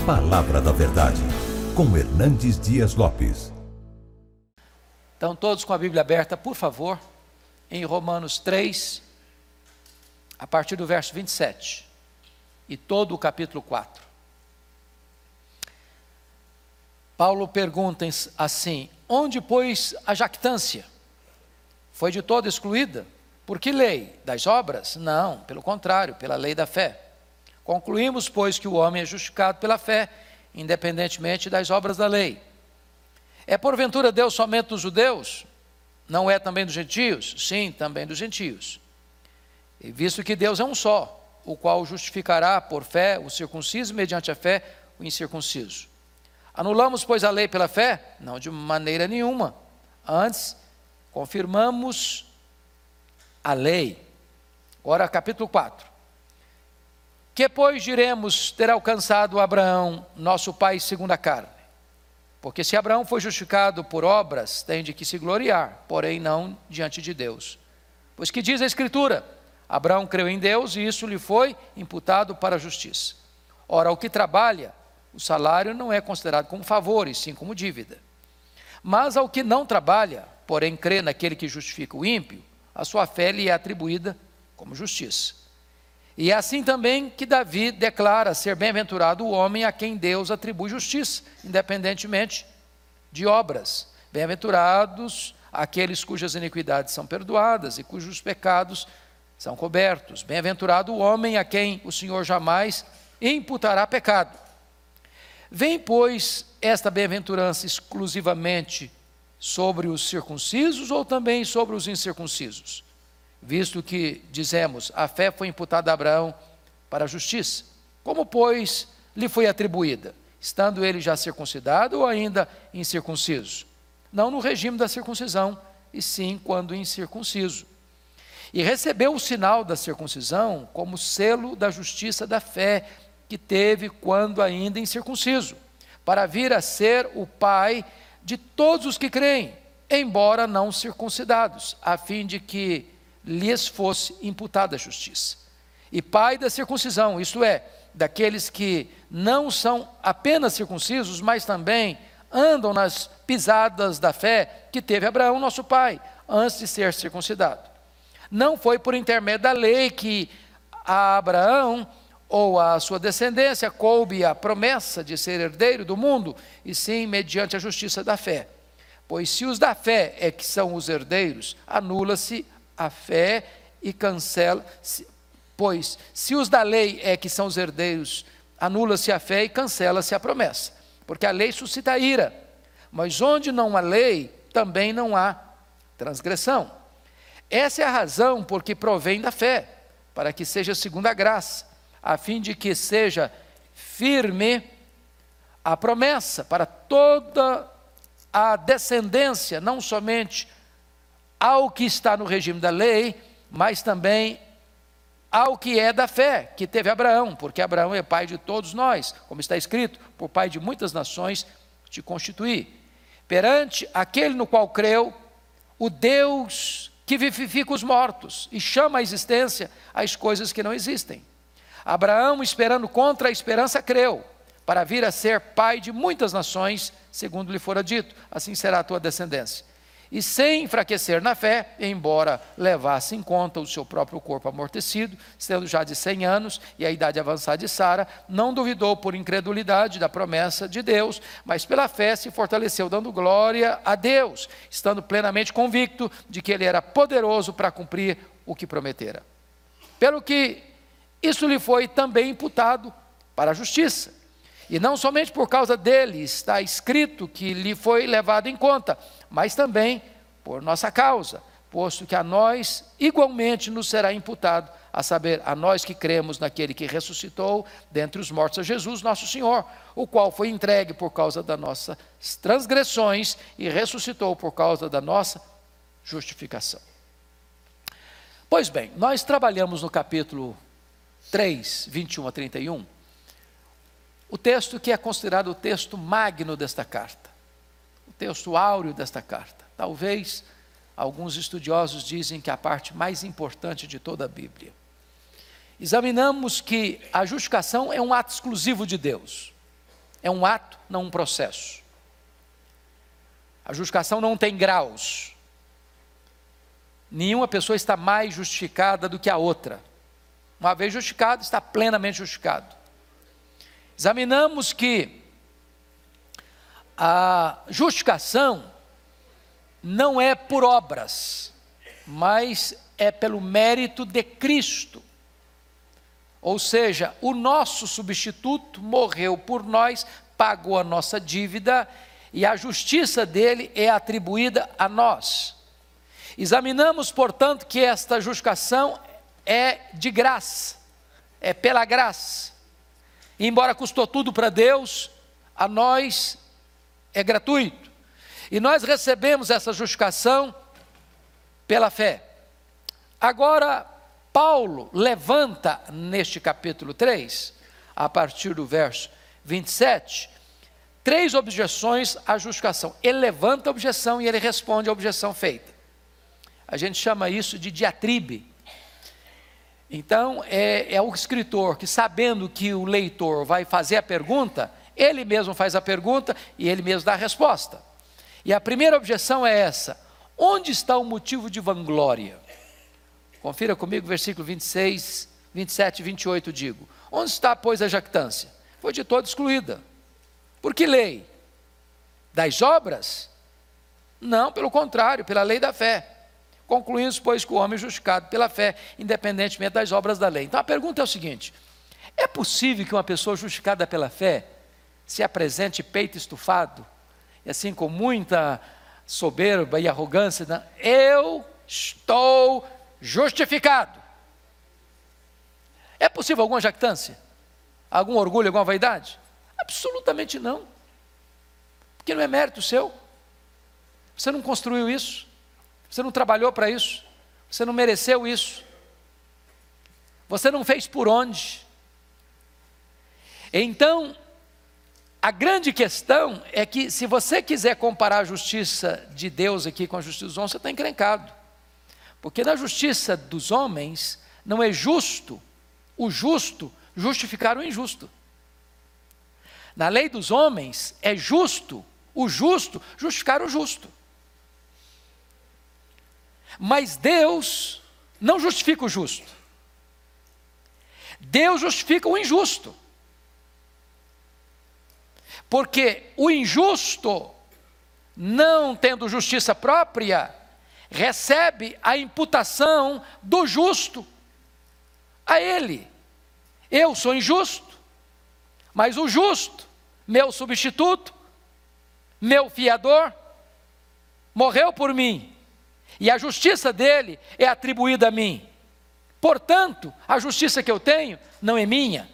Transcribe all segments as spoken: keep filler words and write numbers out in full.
Palavra da Verdade, com Hernandes Dias Lopes. Então, todos com a Bíblia aberta, por favor, em Romanos três, a partir do verso vinte e sete, e todo o capítulo quatro. Paulo pergunta assim: onde, pois, a jactância? Foi de todo excluída? Por que lei? Das obras? Não, pelo contrário, pela lei da fé. Concluímos, pois, que o homem é justificado pela fé, independentemente das obras da lei. É porventura Deus somente dos judeus? Não é também dos gentios? Sim, também dos gentios. E visto que Deus é um só, o qual justificará por fé o circunciso, mediante a fé o incircunciso. Anulamos, pois, a lei pela fé? Não, de maneira nenhuma. Antes, confirmamos a lei. Agora, capítulo quatro. Que, pois, diremos ter alcançado Abraão, nosso pai segundo a carne? Porque se Abraão foi justificado por obras, tem de que se gloriar, porém não diante de Deus. Pois que diz a Escritura: Abraão creu em Deus e isso lhe foi imputado para a justiça. Ora, o que trabalha, o salário não é considerado como favor, e sim como dívida. Mas ao que não trabalha, porém crê naquele que justifica o ímpio, a sua fé lhe é atribuída como justiça. E é assim também que Davi declara ser bem-aventurado o homem a quem Deus atribui justiça, independentemente de obras. Bem-aventurados aqueles cujas iniquidades são perdoadas e cujos pecados são cobertos. Bem-aventurado o homem a quem o Senhor jamais imputará pecado. Vem, pois, esta bem-aventurança exclusivamente sobre os circuncisos ou também sobre os incircuncisos? Visto que, dizemos, a fé foi imputada a Abraão para a justiça. Como, pois, lhe foi atribuída? Estando ele já circuncidado ou ainda incircunciso? Não no regime da circuncisão, e sim quando incircunciso. E recebeu o sinal da circuncisão como selo da justiça da fé que teve quando ainda incircunciso, para vir a ser o pai de todos os que creem, embora não circuncidados, a fim de que lhes fosse imputada a justiça. E pai da circuncisão, isto é, daqueles que não são apenas circuncisos, mas também andam nas pisadas da fé que teve Abraão, nosso pai, antes de ser circuncidado. Não foi por intermédio da lei que a Abraão ou a sua descendência coube a promessa de ser herdeiro do mundo, e sim mediante a justiça da fé. Pois se os da fé é que são os herdeiros, anula-se a fé e cancela, pois se os da lei é que são os herdeiros, anula-se a fé e cancela-se a promessa, porque a lei suscita ira, mas onde não há lei, também não há transgressão. Essa é a razão por que provém da fé, para que seja segundo a graça, a fim de que seja firme a promessa para toda a descendência, não somente ao que está no regime da lei, mas também ao que é da fé, que teve Abraão, porque Abraão é pai de todos nós, como está escrito: por pai de muitas nações te constituí. Perante aquele no qual creu, o Deus que vivifica os mortos e chama à existência as coisas que não existem. Abraão, esperando contra a esperança, creu, para vir a ser pai de muitas nações, segundo lhe fora dito: assim será a tua descendência. E sem enfraquecer na fé, embora levasse em conta o seu próprio corpo amortecido, sendo já de cem anos e a idade avançada de Sara, não duvidou por incredulidade da promessa de Deus, mas pela fé se fortaleceu, dando glória a Deus, estando plenamente convicto de que ele era poderoso para cumprir o que prometera. Pelo que isso lhe foi também imputado para a justiça. E não somente por causa dele está escrito que lhe foi levado em conta, mas também por nossa causa, posto que a nós igualmente nos será imputado, a saber, a nós que cremos naquele que ressuscitou dentre os mortos a Jesus, nosso Senhor, o qual foi entregue por causa das nossas transgressões e ressuscitou por causa da nossa justificação. Pois bem, nós trabalhamos no capítulo três, vinte e um a trinta e um, o texto que é considerado o texto magno desta carta, o texto áureo desta carta. Talvez alguns estudiosos dizem que é a parte mais importante de toda a Bíblia. Examinamos que a justificação é um ato exclusivo de Deus. é um ato, não um processo. A justificação não tem graus. Nenhuma pessoa está mais justificada do que a outra. Uma vez justificado, está plenamente justificado. Examinamos que a justificação não é por obras, mas é pelo mérito de Cristo. Ou seja, o nosso substituto morreu por nós, pagou a nossa dívida e a justiça dele é atribuída a nós. Examinamos, portanto, que esta justificação é de graça, é pela graça. E embora custou tudo para Deus, a nós é gratuito. E nós recebemos essa justificação pela fé. Agora, Paulo levanta neste capítulo três, a partir do verso vinte e sete, três objeções à justificação. Ele levanta a objeção e ele responde à objeção feita. A gente chama isso de diatribe. Então, é, é o escritor que, sabendo que o leitor vai fazer a pergunta, ele mesmo faz a pergunta e ele mesmo dá a resposta. E a primeira objeção é essa: onde está o motivo de vanglória? Confira comigo, versículo vinte e seis, vinte e sete e vinte e oito, digo: onde está, pois, a jactância? Foi de todo excluída. Por que lei? Das obras? Não, pelo contrário, pela lei da fé. Concluímos, pois, que o homem é justificado pela fé, independentemente das obras da lei. Então a pergunta é o seguinte: é possível que uma pessoa justificada pela fé se apresente peito estufado, e assim com muita soberba e arrogância, né? Eu estou justificado? É possível alguma jactância? Algum orgulho, alguma vaidade? Absolutamente não. Porque não é mérito seu. Você não construiu isso. Você não trabalhou para isso. Você não mereceu isso. Você não fez por onde. Então, a grande questão é que, se você quiser comparar a justiça de Deus aqui com a justiça dos homens, você está encrencado. Porque na justiça dos homens, não é justo o justo justificar o injusto. Na lei dos homens, é justo o justo justificar o justo. Mas Deus não justifica o justo. Deus justifica o injusto. Porque o injusto, não tendo justiça própria, recebe a imputação do justo a ele. Eu sou injusto, mas o justo, meu substituto, meu fiador, morreu por mim. E a justiça dele é atribuída a mim. Portanto, a justiça que eu tenho não é minha,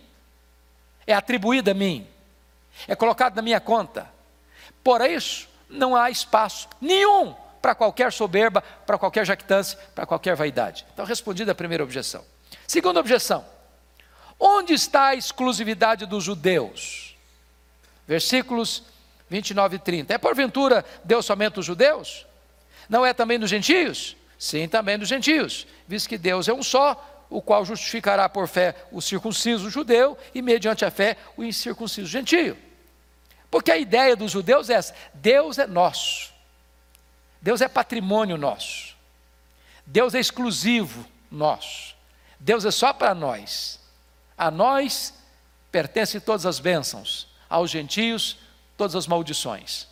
é atribuída a mim, é colocada na minha conta. Por isso, não há espaço nenhum para qualquer soberba, para qualquer jactância, para qualquer vaidade. Então, respondida a primeira objeção. Segunda objeção: onde está a exclusividade dos judeus? Versículos vinte e nove e trinta. É porventura Deus somente dos judeus? Não é também dos gentios? Sim, também dos gentios, visto que Deus é um só, o qual justificará por fé o circunciso judeu e mediante a fé o incircunciso gentio. Porque a ideia dos judeus é essa: Deus é nosso, Deus é patrimônio nosso, Deus é exclusivo nosso, Deus é só para nós, a nós pertencem todas as bênçãos, aos gentios todas as maldições.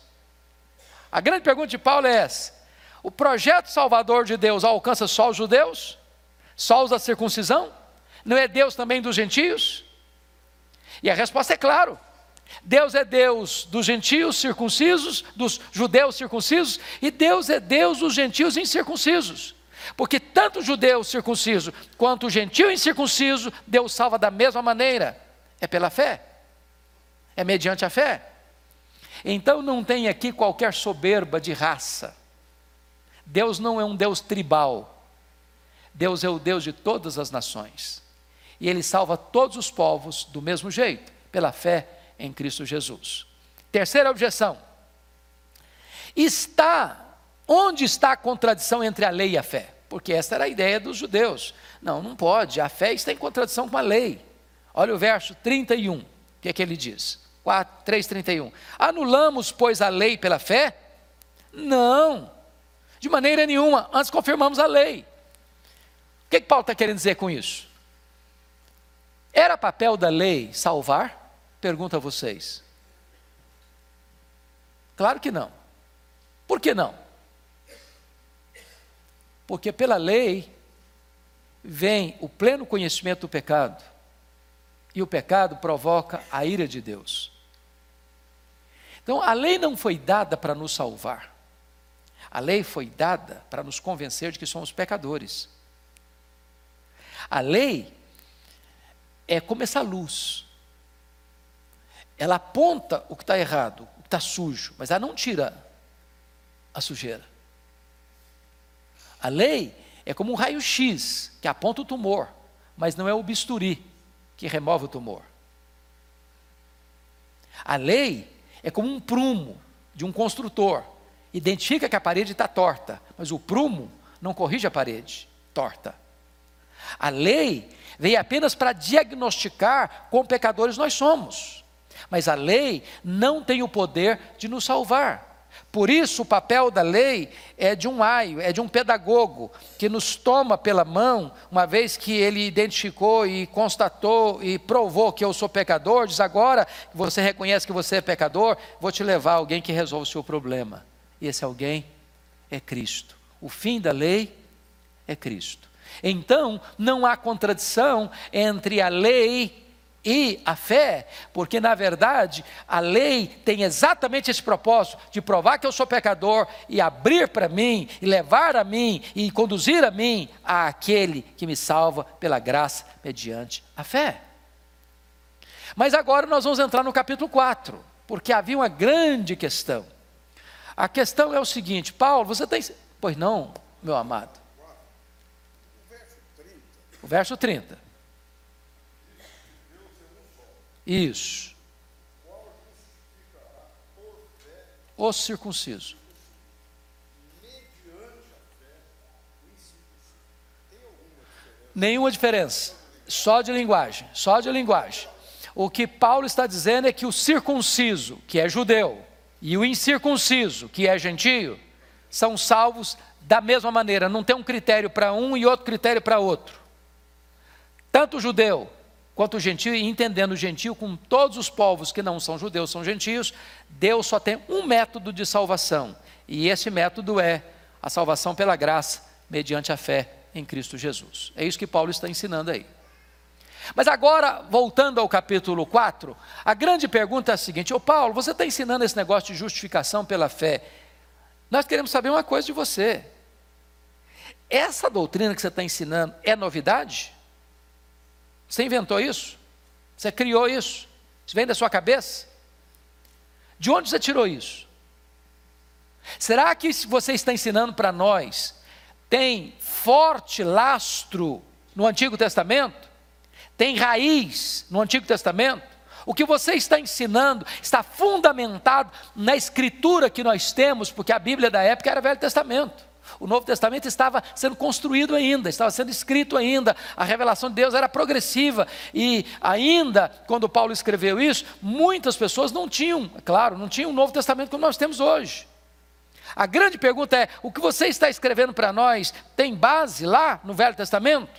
A grande pergunta de Paulo é essa: o projeto salvador de Deus alcança só os judeus? Só os da circuncisão? Não é Deus também dos gentios? E a resposta é claro: Deus é Deus dos gentios circuncisos, dos judeus circuncisos, e Deus é Deus dos gentios incircuncisos. Porque tanto o judeu circunciso quanto o gentio incircunciso, Deus salva da mesma maneira. É pela fé, é mediante a fé. Então não tem aqui qualquer soberba de raça. Deus não é um Deus tribal. Deus é o Deus de todas as nações. E Ele salva todos os povos do mesmo jeito, pela fé em Cristo Jesus. Terceira objeção: está, onde está a contradição entre a lei e a fé? Porque essa era a ideia dos judeus. Não, não pode, a fé está em contradição com a lei. Olha o verso trinta e um, o que é que ele diz? três, trinta e um. Anulamos, pois, a lei pela fé? Não, de maneira nenhuma, antes confirmamos a lei. O que, que Paulo está querendo dizer com isso? Era papel da lei salvar? Pergunto a vocês. Claro que não. Por que não? Porque pela lei vem o pleno conhecimento do pecado, e o pecado provoca a ira de Deus. Então a lei não foi dada para nos salvar, a lei foi dada para nos convencer de que somos pecadores. A lei é como essa luz, ela aponta o que está errado, o que está sujo, mas ela não tira a sujeira. A lei é como um raio-x que aponta o tumor, mas não é o bisturi que remove o tumor. A lei é como um prumo de um construtor, identifica que a parede está torta, mas o prumo não corrige a parede torta. A lei veio apenas para diagnosticar quão pecadores nós somos, mas a lei não tem o poder de nos salvar. Por isso o papel da lei é de um aio, é de um pedagogo, que nos toma pela mão, uma vez que ele identificou e constatou e provou que eu sou pecador, diz: agora que você reconhece que você é pecador, vou te levar a alguém que resolve o seu problema. E esse alguém é Cristo. O fim da lei é Cristo. Então não há contradição entre a lei e a fé, porque na verdade a lei tem exatamente esse propósito de provar que eu sou pecador e abrir para mim, e levar a mim, e conduzir a mim àquele que me salva pela graça mediante a fé. Mas agora nós vamos entrar no capítulo quatro, porque havia uma grande questão. A questão é o seguinte: Paulo, você tem... Pois não, meu amado. O verso trinta. Isso. O circunciso. Nenhuma diferença. Só de linguagem. Só de linguagem. O que Paulo está dizendo é que o circunciso, que é judeu, e o incircunciso, que é gentio, são salvos da mesma maneira. Não tem um critério para um e outro critério para outro. Tanto o judeu quanto o gentio, e entendendo o gentio com todos os povos que não são judeus, são gentios, Deus só tem um método de salvação, e esse método é a salvação pela graça, mediante a fé em Cristo Jesus. É isso que Paulo está ensinando aí. Mas agora, voltando ao capítulo quatro, a grande pergunta é a seguinte: ô Paulo, você está ensinando esse negócio de justificação pela fé, nós queremos saber uma coisa de você, essa doutrina que você está ensinando é novidade? Você inventou isso? Você criou isso? Isso vem da sua cabeça? De onde você tirou isso? Será que se você está ensinando para nós tem forte lastro no Antigo Testamento? Tem raiz no Antigo Testamento? O que você está ensinando está fundamentado na escritura que nós temos, porque a Bíblia da época era Velho Testamento. O Novo Testamento estava sendo construído ainda, estava sendo escrito ainda, a revelação de Deus era progressiva, e ainda, quando Paulo escreveu isso, muitas pessoas não tinham, é claro, não tinham o Novo Testamento como nós temos hoje. A grande pergunta é: o que você está escrevendo para nós tem base lá no Velho Testamento?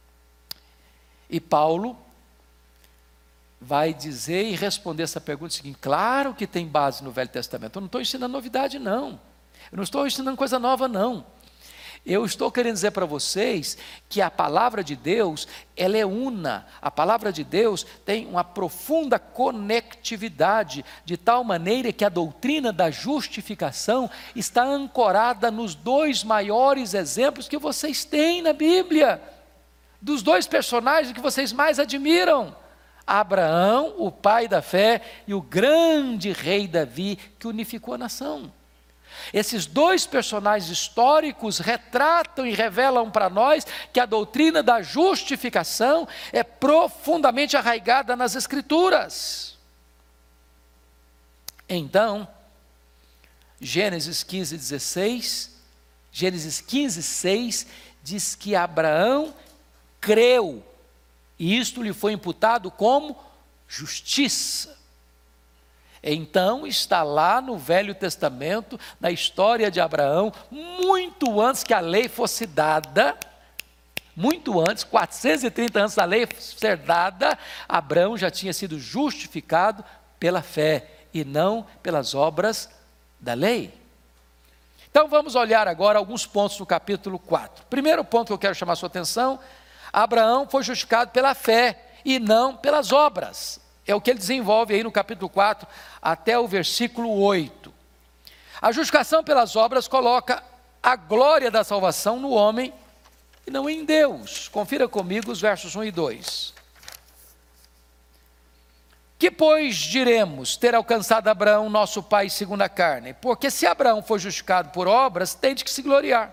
E Paulo vai dizer e responder essa pergunta seguinte: claro que tem base no Velho Testamento, eu não estou ensinando novidade não. Eu não estou ensinando coisa nova, não. Eu estou querendo dizer para vocês que a palavra de Deus, ela é una. A palavra de Deus tem uma profunda conectividade, de tal maneira que a doutrina da justificação está ancorada nos dois maiores exemplos que vocês têm na Bíblia, dos dois personagens que vocês mais admiram: Abraão, o pai da fé, e o grande rei Davi, que unificou a nação. Esses dois personagens históricos retratam e revelam para nós que a doutrina da justificação é profundamente arraigada nas Escrituras. Então, Gênesis quinze, dezesseis, Gênesis quinze, seis, diz que Abraão creu, e isto lhe foi imputado como justiça. Então está lá no Velho Testamento, na história de Abraão, muito antes que a lei fosse dada, muito antes, quatrocentos e trinta anos da lei ser dada, Abraão já tinha sido justificado pela fé e não pelas obras da lei. Então vamos olhar agora alguns pontos no capítulo quatro. Primeiro ponto que eu quero chamar a sua atenção: Abraão foi justificado pela fé e não pelas obras. É o que ele desenvolve aí no capítulo quatro até o versículo oito. A justificação pelas obras coloca a glória da salvação no homem e não em Deus. Confira comigo os versos um e dois. Que pois diremos ter alcançado Abraão, nosso pai segundo a carne? Porque se Abraão foi justificado por obras, tem de que se gloriar.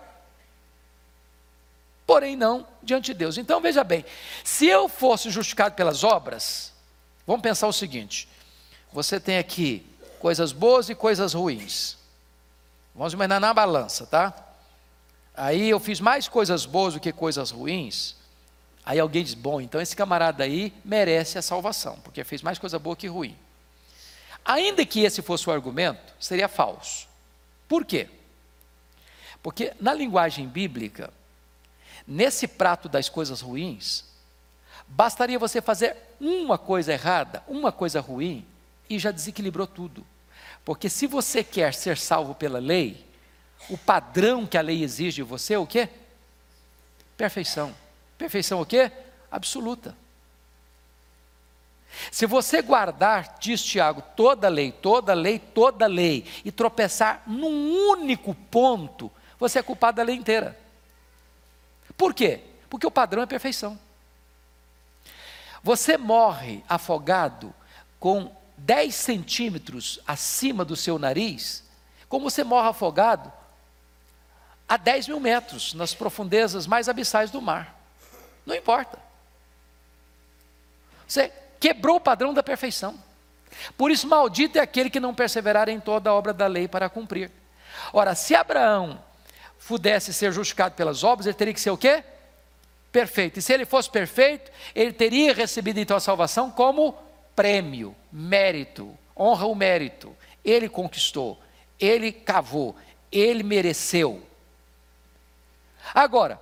Porém não diante de Deus. Então veja bem, se eu fosse justificado pelas obras, vamos pensar o seguinte: você tem aqui coisas boas e coisas ruins. Vamos imaginar na balança, tá? Aí eu fiz mais coisas boas do que coisas ruins. Aí alguém diz: bom, então esse camarada aí merece a salvação, porque fez mais coisa boa que ruim. Ainda que esse fosse o argumento, seria falso. Por quê? Porque na linguagem bíblica, nesse prato das coisas ruins, bastaria você fazer uma coisa errada, uma coisa ruim, e já desequilibrou tudo. Porque se você quer ser salvo pela lei, o padrão que a lei exige de você é o quê? Perfeição. Perfeição o quê? Absoluta. Se você guardar, diz Tiago, toda a lei, toda a lei, toda a lei, e tropeçar num único ponto, você é culpado da lei inteira. Por quê? Porque o padrão é perfeição. Você morre afogado com dez centímetros acima do seu nariz, como você morre afogado a dez mil metros, nas profundezas mais abissais do mar. Não importa. Você quebrou o padrão da perfeição. Por isso, maldito é aquele que não perseverar em toda a obra da lei para cumprir. Ora, se Abraão pudesse ser justificado pelas obras, ele teria que ser o quê? Perfeito. E se ele fosse perfeito, ele teria recebido então a salvação como prêmio, mérito, honra o mérito. Ele conquistou, ele cavou, ele mereceu. Agora,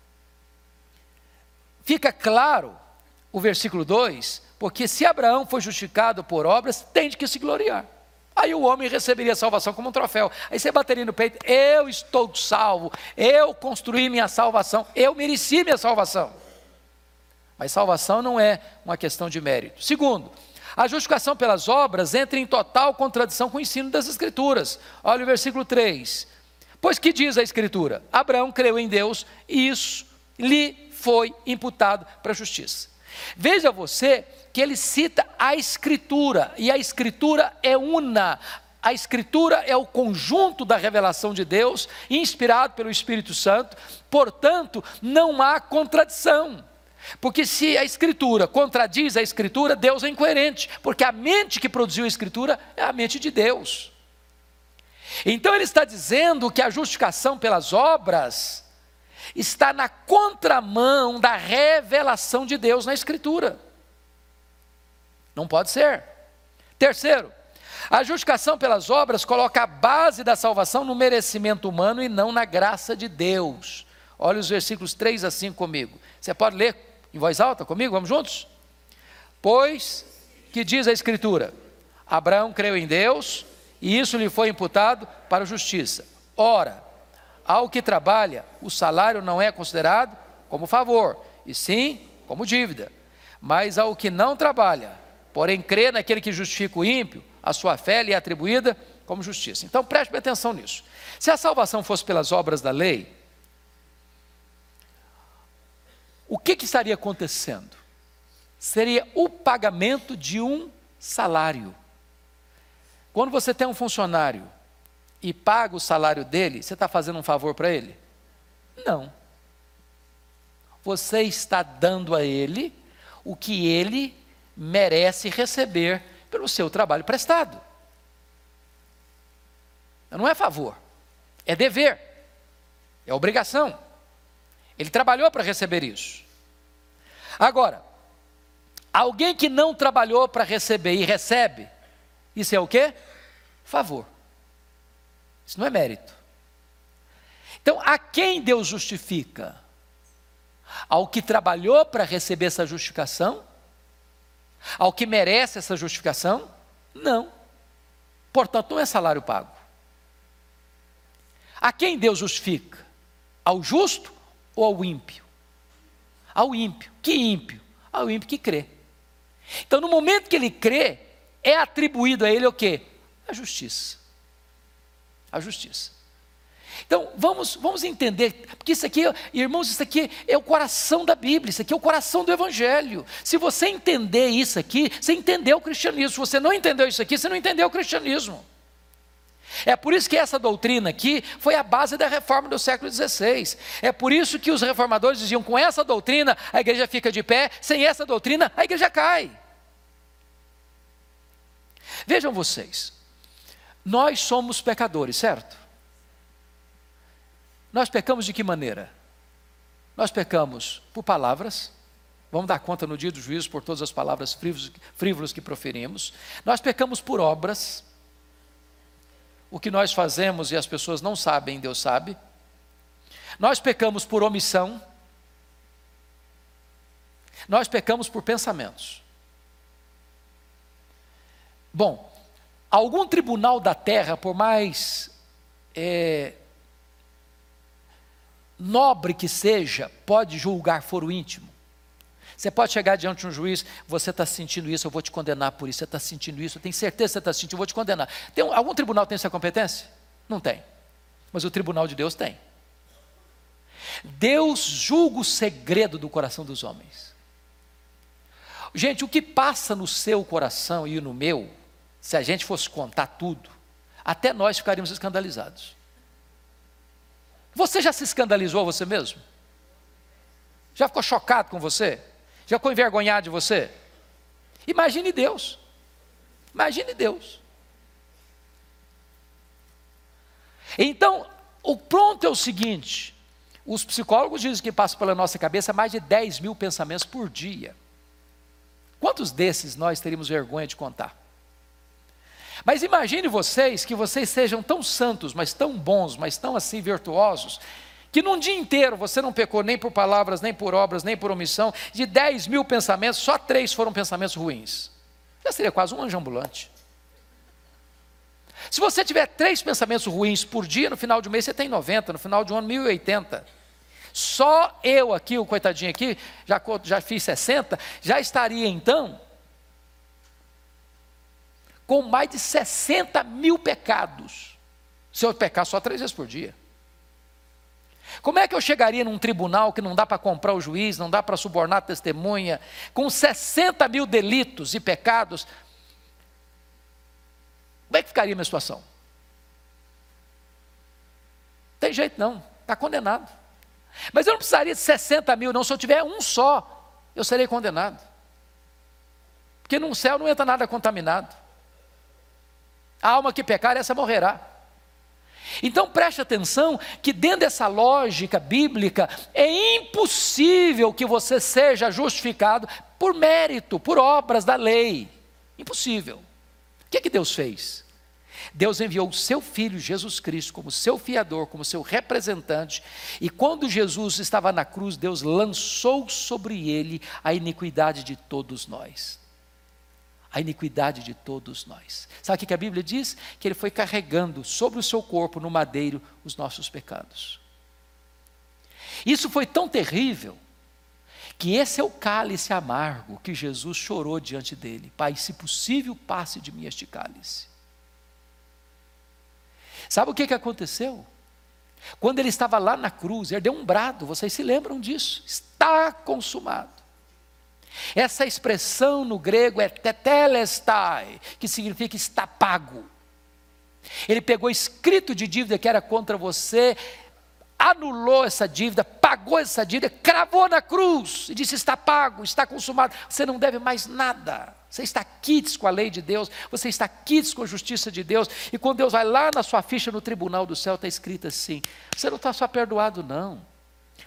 fica claro o versículo dois, porque se Abraão foi justificado por obras, tem de que se gloriar. Aí o homem receberia a salvação como um troféu. Aí você bateria no peito: eu estou salvo, eu construí minha salvação, eu mereci minha salvação. Mas salvação não é uma questão de mérito. Segundo, a justificação pelas obras entra em total contradição com o ensino das Escrituras. Olha o versículo três. Pois que diz a Escritura? Abraão creu em Deus e isso lhe foi imputado para a justiça. Veja você que ele cita a Escritura, e a Escritura é una. A Escritura é o conjunto da revelação de Deus, inspirado pelo Espírito Santo, portanto, não há contradição. Porque se a Escritura contradiz a Escritura, Deus é incoerente, porque a mente que produziu a Escritura é a mente de Deus. Então ele está dizendo que a justificação pelas obras está na contramão da revelação de Deus na Escritura. Não pode ser. Terceiro, a justificação pelas obras coloca a base da salvação no merecimento humano e não na graça de Deus. Olha os versículos três a cinco comigo. Você pode ler em voz alta comigo? Vamos juntos? Pois, que diz a Escritura? Abraão creu em Deus e isso lhe foi imputado para a justiça. Ora, ao que trabalha, o salário não é considerado como favor, e sim como dívida. Mas ao que não trabalha, porém crê naquele que justifica o ímpio, a sua fé lhe é atribuída como justiça. Então preste atenção nisso. Se a salvação fosse pelas obras da lei, o que, que estaria acontecendo? Seria o pagamento de um salário. Quando você tem um funcionário e paga o salário dele, você está fazendo um favor para ele? Não. Você está dando a ele o que ele merece receber pelo seu trabalho prestado. Não é favor, é dever, é obrigação. Ele trabalhou para receber isso. Agora, alguém que não trabalhou para receber e recebe, Isso é o quê? Favor. Isso não é mérito. Então, a quem Deus justifica? Ao que trabalhou para receber essa justificação? Ao que merece essa justificação? Não. Portanto, não é salário pago. A quem Deus justifica? Ao justo ou ao ímpio? Ao ímpio. Que ímpio? Ao ímpio que crê. Então, no momento que ele crê, é atribuído a ele o quê? A justiça. A justiça. Então, vamos, vamos entender, porque isso aqui, irmãos, isso aqui é o coração da Bíblia, isso aqui é o coração do Evangelho. Se você entender isso aqui, você entendeu o cristianismo. Se você não entendeu isso aqui, você não entendeu o cristianismo. É por isso que essa doutrina aqui foi a base da reforma do século dezesseis. É por isso que os reformadores diziam, com essa doutrina a igreja fica de pé, sem essa doutrina a igreja cai. Vejam vocês, nós somos pecadores, certo? Nós pecamos de que maneira? Nós pecamos por palavras, vamos dar conta no dia do juízo por todas as palavras frívolas, frívolas que proferimos. Nós pecamos por obras, o que nós fazemos e as pessoas não sabem, Deus sabe. Nós pecamos por omissão, nós pecamos por pensamentos. Bom, algum tribunal da terra, por mais é, nobre que seja, pode julgar foro íntimo. Você pode chegar diante de um juiz, você está sentindo isso, eu vou te condenar por isso, você está sentindo isso, eu tenho certeza que você está sentindo, eu vou te condenar. Tem, algum tribunal tem essa competência? Não tem. Mas o tribunal de Deus tem. Deus julga o segredo do coração dos homens. Gente, o que passa no seu coração e no meu, se a gente fosse contar tudo, até nós ficaríamos escandalizados. Você já se escandalizou você mesmo? Já ficou chocado com você? Já ficou envergonhado de você? Imagine Deus. Imagine Deus. Então, o ponto é o seguinte, os psicólogos dizem que passam pela nossa cabeça mais de dez mil pensamentos por dia. Quantos desses nós teríamos vergonha de contar? Mas imagine vocês, que vocês sejam tão santos, mas tão bons, mas tão assim virtuosos, que num dia inteiro você não pecou nem por palavras, nem por obras, nem por omissão, de dez mil pensamentos, só três foram pensamentos ruins. Já seria quase um anjo ambulante. Se você tiver três pensamentos ruins por dia, no final de um mês você tem noventa, no final de um ano mil e oitenta. Só eu aqui, o coitadinho aqui, já, já fiz sessenta, já estaria então com mais de sessenta mil pecados, se eu pecar só três vezes por dia. Como é que eu chegaria num tribunal que não dá para comprar o juiz, não dá para subornar a testemunha, com sessenta mil delitos e pecados? Como é que ficaria a minha situação? Não tem jeito não, está condenado. Mas eu não precisaria de sessenta mil não, se eu tiver um só, eu serei condenado. Porque no céu não entra nada contaminado. A alma que pecar, essa morrerá. Então preste atenção que dentro dessa lógica bíblica, é impossível que você seja justificado por mérito, por obras da lei. Impossível. O que é que Deus fez? Deus enviou o seu Filho Jesus Cristo como seu fiador, como seu representante, e quando Jesus estava na cruz, Deus lançou sobre ele a iniquidade de todos nós. A iniquidade de todos nós. Sabe o que a Bíblia diz? Que ele foi carregando sobre o seu corpo, no madeiro, os nossos pecados. Isso foi tão terrível, que esse é o cálice amargo que Jesus chorou diante dele. Pai, se possível, passe de mim este cálice. Sabe o que, que aconteceu? Quando ele estava lá na cruz, ele deu um brado, vocês se lembram disso? Está consumado. Essa expressão no grego é tetelestai, que significa está pago. Ele pegou escrito de dívida que era contra você, anulou essa dívida, pagou essa dívida, cravou na cruz e disse: está pago, está consumado, você não deve mais nada. Você está quites com a lei de Deus, você está quites com a justiça de Deus. E quando Deus vai lá na sua ficha no tribunal do céu, está escrito assim: você não está só perdoado não,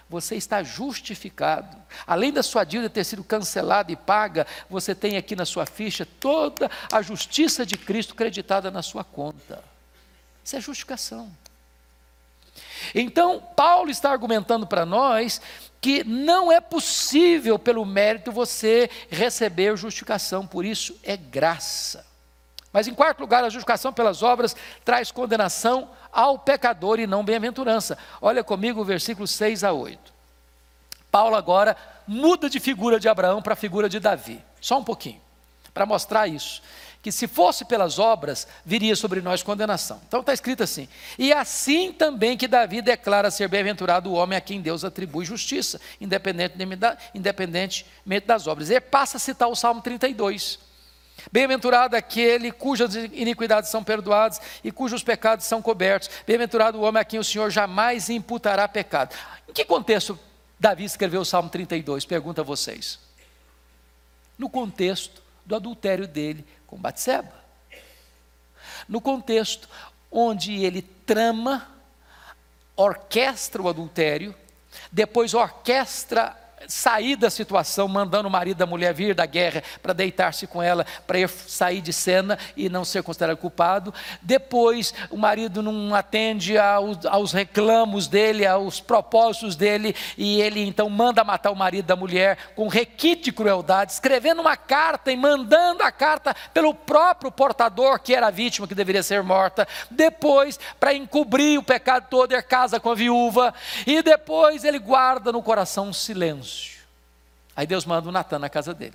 você está justificado. Além da sua dívida ter sido cancelada e paga, você tem aqui na sua ficha toda a justiça de Cristo creditada na sua conta. Isso é justificação. Então, Paulo está argumentando para nós que não é possível, pelo mérito, você receber justificação, por isso é graça. Mas em quarto lugar, a justificação pelas obras traz condenação ao pecador e não bem-aventurança. Olha comigo o versículo seis a oito. Paulo agora muda de figura de Abraão para a figura de Davi. Só um pouquinho, para mostrar isso. Que se fosse pelas obras, viria sobre nós condenação. Então está escrito assim: e assim também que Davi declara ser bem-aventurado o homem a quem Deus atribui justiça, independentemente das obras. Ele passa a citar o Salmo trinta e dois. Bem-aventurado aquele cujas iniquidades são perdoadas e cujos pecados são cobertos. Bem-aventurado o homem a quem o Senhor jamais imputará pecado. Em que contexto Davi escreveu o Salmo trinta e dois? Pergunto a vocês. No contexto do adultério dele com Batseba. No contexto onde ele trama, orquestra o adultério, depois orquestra sair da situação, mandando o marido da mulher vir da guerra para deitar-se com ela, para ir sair de cena e não ser considerado culpado. Depois o marido não atende aos, aos reclamos dele, aos propósitos dele, e ele então manda matar o marido da mulher com requinte de crueldade, escrevendo uma carta e mandando a carta pelo próprio portador, que era a vítima que deveria ser morta. Depois, para encobrir o pecado todo, ele casa com a viúva, e depois ele guarda no coração um silêncio. Aí Deus manda o Natan na casa dele,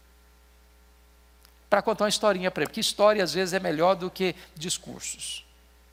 para contar uma historinha para ele, porque história às vezes é melhor do que discursos.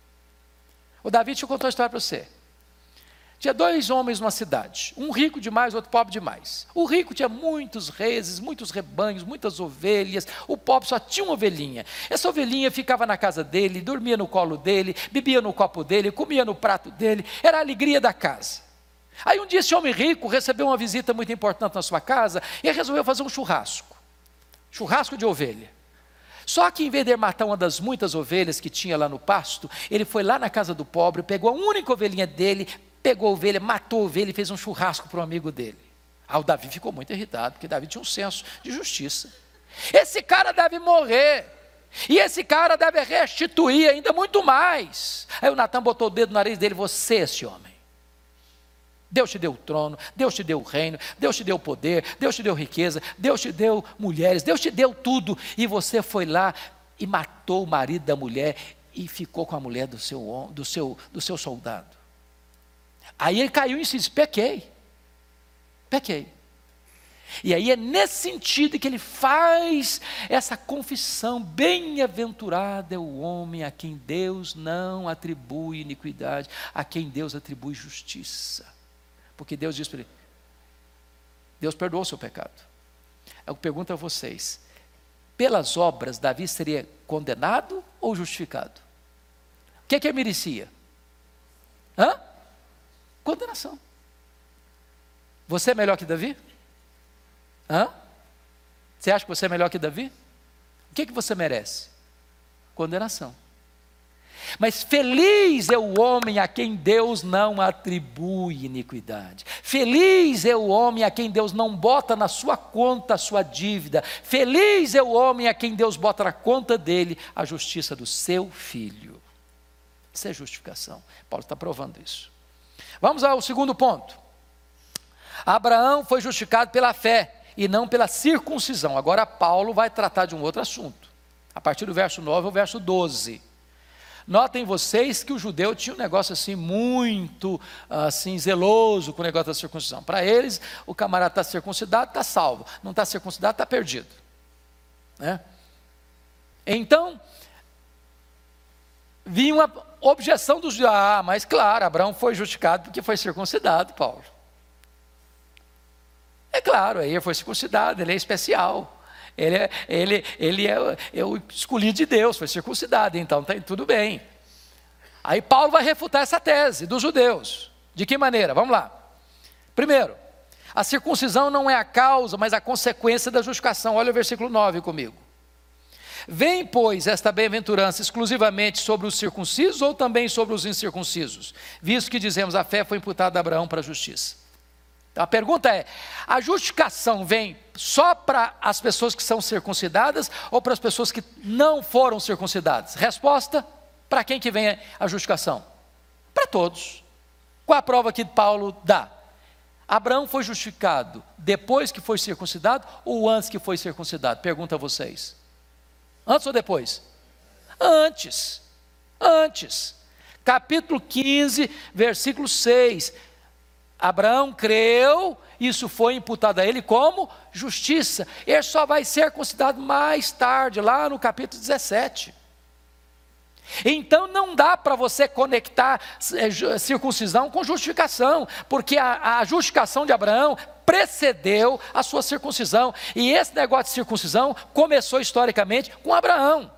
O Davi, deixa eu contar uma história para você. Tinha dois homens numa cidade, um rico demais, outro pobre demais. O rico tinha muitos reses, muitos rebanhos, muitas ovelhas. O pobre só tinha uma ovelhinha. Essa ovelhinha ficava na casa dele, dormia no colo dele, bebia no copo dele, comia no prato dele, era a alegria da casa. Aí um dia esse homem rico recebeu uma visita muito importante na sua casa e resolveu fazer um churrasco, churrasco de ovelha. Só que em vez de matar uma das muitas ovelhas que tinha lá no pasto, ele foi lá na casa do pobre, pegou a única ovelhinha dele, pegou a ovelha, matou a ovelha e fez um churrasco para um amigo dele. Ah, o Davi ficou muito irritado, porque Davi tinha um senso de justiça. Esse cara deve morrer, e esse cara deve restituir ainda muito mais. Aí o Natan botou o dedo no nariz dele: você é esse homem. Deus te deu o trono, Deus te deu o reino, Deus te deu o poder, Deus te deu riqueza, Deus te deu mulheres, Deus te deu tudo, e você foi lá e matou o marido da mulher e ficou com a mulher do seu, do seu, do seu soldado. Aí ele caiu em si e disse: pequei, pequei. E aí é nesse sentido que ele faz essa confissão: bem-aventurado é o homem a quem Deus não atribui iniquidade, a quem Deus atribui justiça. Porque Deus diz para ele: Deus perdoou o seu pecado. Eu pergunto a vocês: pelas obras Davi seria condenado ou justificado? O que é que ele merecia? Hã? Condenação. Você é melhor que Davi? Hã? Você acha que você é melhor que Davi? O que é que você merece? Condenação. Mas feliz é o homem a quem Deus não atribui iniquidade. Feliz é o homem a quem Deus não bota na sua conta a sua dívida. Feliz é o homem a quem Deus bota na conta dele a justiça do seu filho. Isso é justificação. Paulo está provando isso. Vamos ao segundo ponto. Abraão foi justificado pela fé e não pela circuncisão. Agora Paulo vai tratar de um outro assunto, a partir do verso nove ao verso doze. Notem vocês que o judeu tinha um negócio assim muito assim, zeloso com o negócio da circuncisão. Para eles, o camarada está circuncidado, está salvo. Não está circuncidado, está perdido. Né? Então, vinha uma objeção dos judeus: ah, mas claro, Abraão foi justificado porque foi circuncidado, Paulo. É claro, aí ele foi circuncidado, ele é especial. Ele, é, ele, ele é, é o escolhido de Deus, foi circuncidado, então está tudo bem. Aí Paulo vai refutar essa tese dos judeus. De que maneira? Vamos lá. Primeiro, a circuncisão não é a causa, mas a consequência da justificação. Olha o versículo nove comigo. Vem, pois, esta bem-aventurança exclusivamente sobre os circuncisos ou também sobre os incircuncisos? Visto que dizemos, a fé foi imputada a Abraão para a justiça. A pergunta é, a justificação vem só para as pessoas que são circuncidadas ou para as pessoas que não foram circuncidadas? Resposta, para quem que vem a justificação? Para todos. Qual a prova que Paulo dá? Abraão foi justificado depois que foi circuncidado ou antes que foi circuncidado? Pergunto a vocês. Antes ou depois? Antes. Antes. Capítulo quinze, versículo seis. Abraão creu, isso foi imputado a ele como justiça. Ele só vai ser considerado mais tarde, lá no capítulo dezessete. Então não dá para você conectar circuncisão com justificação, porque a, a justificação de Abraão precedeu a sua circuncisão, e esse negócio de circuncisão começou historicamente com Abraão.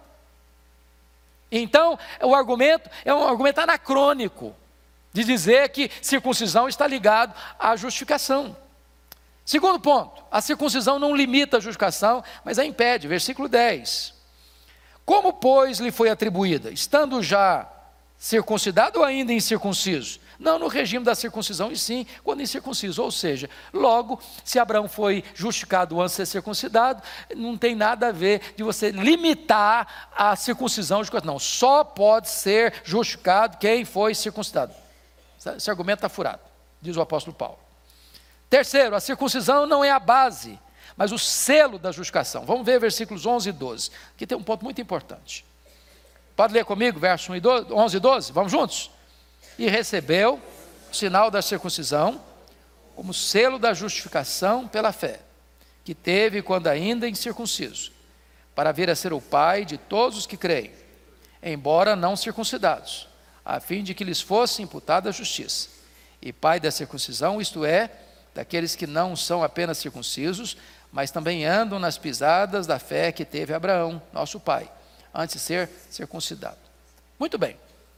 Então o argumento é um argumento anacrônico, de dizer que circuncisão está ligado à justificação. Segundo ponto, a circuncisão não limita a justificação, mas a impede, versículo dez. Como, pois, lhe foi atribuída? Estando já circuncidado ou ainda incircunciso? Não no regime da circuncisão, e sim quando incircunciso. Ou seja, logo, se Abraão foi justificado antes de ser circuncidado, não tem nada a ver de você limitar a circuncisão. Não, só pode ser justificado quem foi circuncidado. Esse argumento está furado, diz o apóstolo Paulo. Terceiro, a circuncisão não é a base, mas o selo da justificação. Vamos ver versículos onze e doze. Aqui tem um ponto muito importante. Pode ler comigo, versos onze e doze? Vamos juntos? E recebeu o sinal da circuncisão como selo da justificação pela fé, que teve quando ainda incircunciso, para vir a ser o pai de todos os que creem, embora não circuncidados, a fim de que lhes fosse imputada a justiça. E pai da circuncisão, isto é, daqueles que não são apenas circuncisos, mas também andam nas pisadas da fé que teve Abraão, nosso pai, antes de ser circuncidado. Muito bem.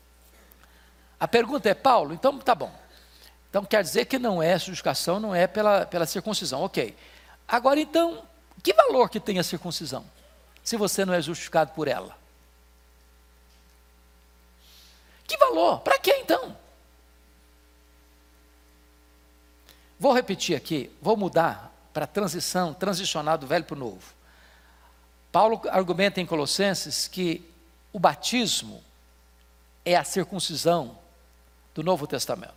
A pergunta é, Paulo, então tá bom. Então quer dizer que não é justificação, não é pela, pela circuncisão, ok. Agora então, que valor que tem a circuncisão, se você não é justificado por ela? Que valor? Para quê então? Vou repetir aqui, vou mudar para a transição, transicionar do velho para o novo. Paulo argumenta em Colossenses que o batismo é a circuncisão do Novo Testamento.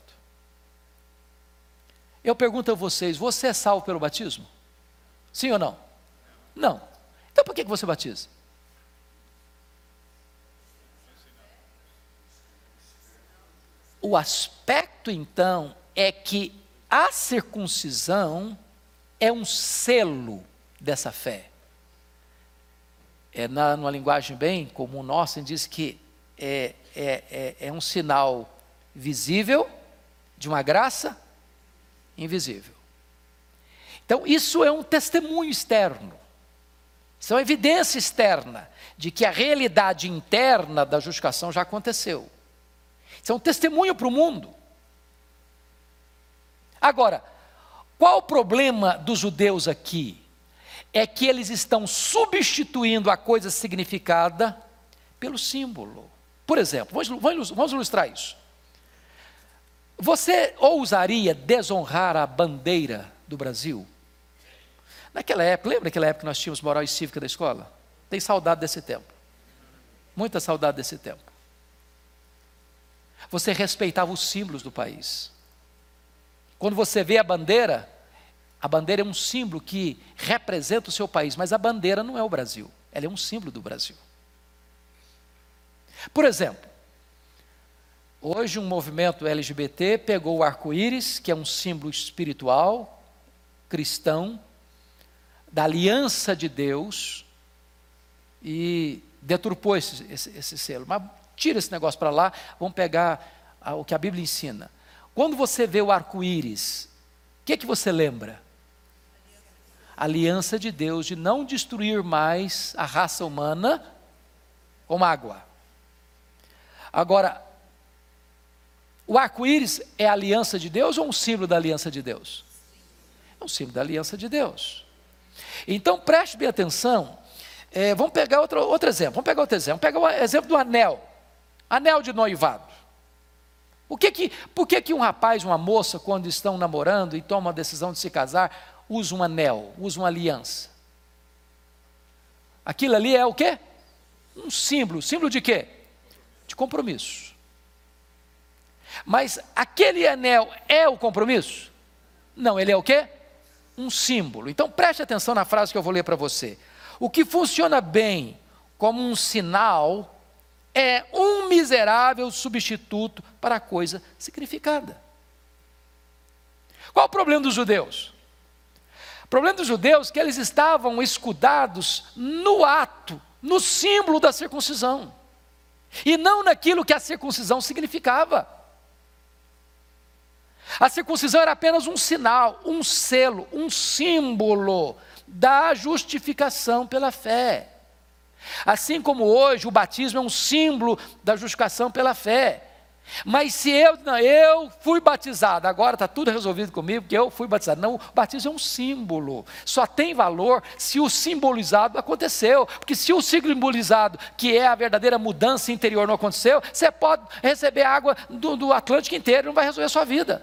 Eu pergunto a vocês, você é salvo pelo batismo? Sim ou não? Não. Então por que você batiza? O aspecto então é que a circuncisão é um selo dessa fé. É na, numa linguagem bem comum nossa, diz que é, é, é, é um sinal visível de uma graça invisível. Então isso é um testemunho externo, isso é uma evidência externa de que a realidade interna da justificação já aconteceu. Isso é um testemunho para o mundo. Agora, qual o problema dos judeus aqui? É que eles estão substituindo a coisa significada pelo símbolo. Por exemplo, vamos, vamos ilustrar isso. Você ousaria desonrar a bandeira do Brasil? Naquela época, lembra naquela época que nós tínhamos moral e cívica da escola? Tem saudade desse tempo. Muita saudade desse tempo. Você respeitava os símbolos do país. Quando você vê a bandeira, a bandeira é um símbolo que representa o seu país, mas a bandeira não é o Brasil, ela é um símbolo do Brasil. Por exemplo, hoje um movimento L G B T pegou o arco-íris, que é um símbolo espiritual, cristão, da aliança de Deus, e deturpou esse, esse, esse selo. Mas tira esse negócio para lá, vamos pegar a, o que a Bíblia ensina. Quando você vê o arco-íris, o que, que você lembra? A aliança de Deus de não destruir mais a raça humana com água. Agora, o arco-íris é a aliança de Deus ou um símbolo da aliança de Deus? É um símbolo da aliança de Deus. Então preste bem atenção, é, vamos pegar outro, outro exemplo, vamos pegar outro exemplo, vamos pegar o exemplo do anel, anel de noivado. O que que, por que que um rapaz e uma moça, quando estão namorando e tomam a decisão de se casar, usa um anel, usa uma aliança? Aquilo ali é o quê? Um símbolo. Símbolo de quê? De compromisso. Mas aquele anel é o compromisso? Não, ele é o quê? Um símbolo. Então preste atenção na frase que eu vou ler para você. O que funciona bem como um sinal é um miserável substituto para a coisa significada. Qual o problema dos judeus? O problema dos judeus é que eles estavam escudados no ato, no símbolo da circuncisão, e não naquilo que a circuncisão significava. A circuncisão era apenas um sinal, um selo, um símbolo da justificação pela fé. Assim como hoje o batismo é um símbolo da justificação pela fé. Mas se eu, não, eu fui batizado, agora está tudo resolvido comigo, porque eu fui batizado. Não, o batismo é um símbolo, só tem valor se o simbolizado aconteceu. Porque se o simbolizado, que é a verdadeira mudança interior, não aconteceu, você pode receber água do, do Atlântico inteiro e não vai resolver a sua vida.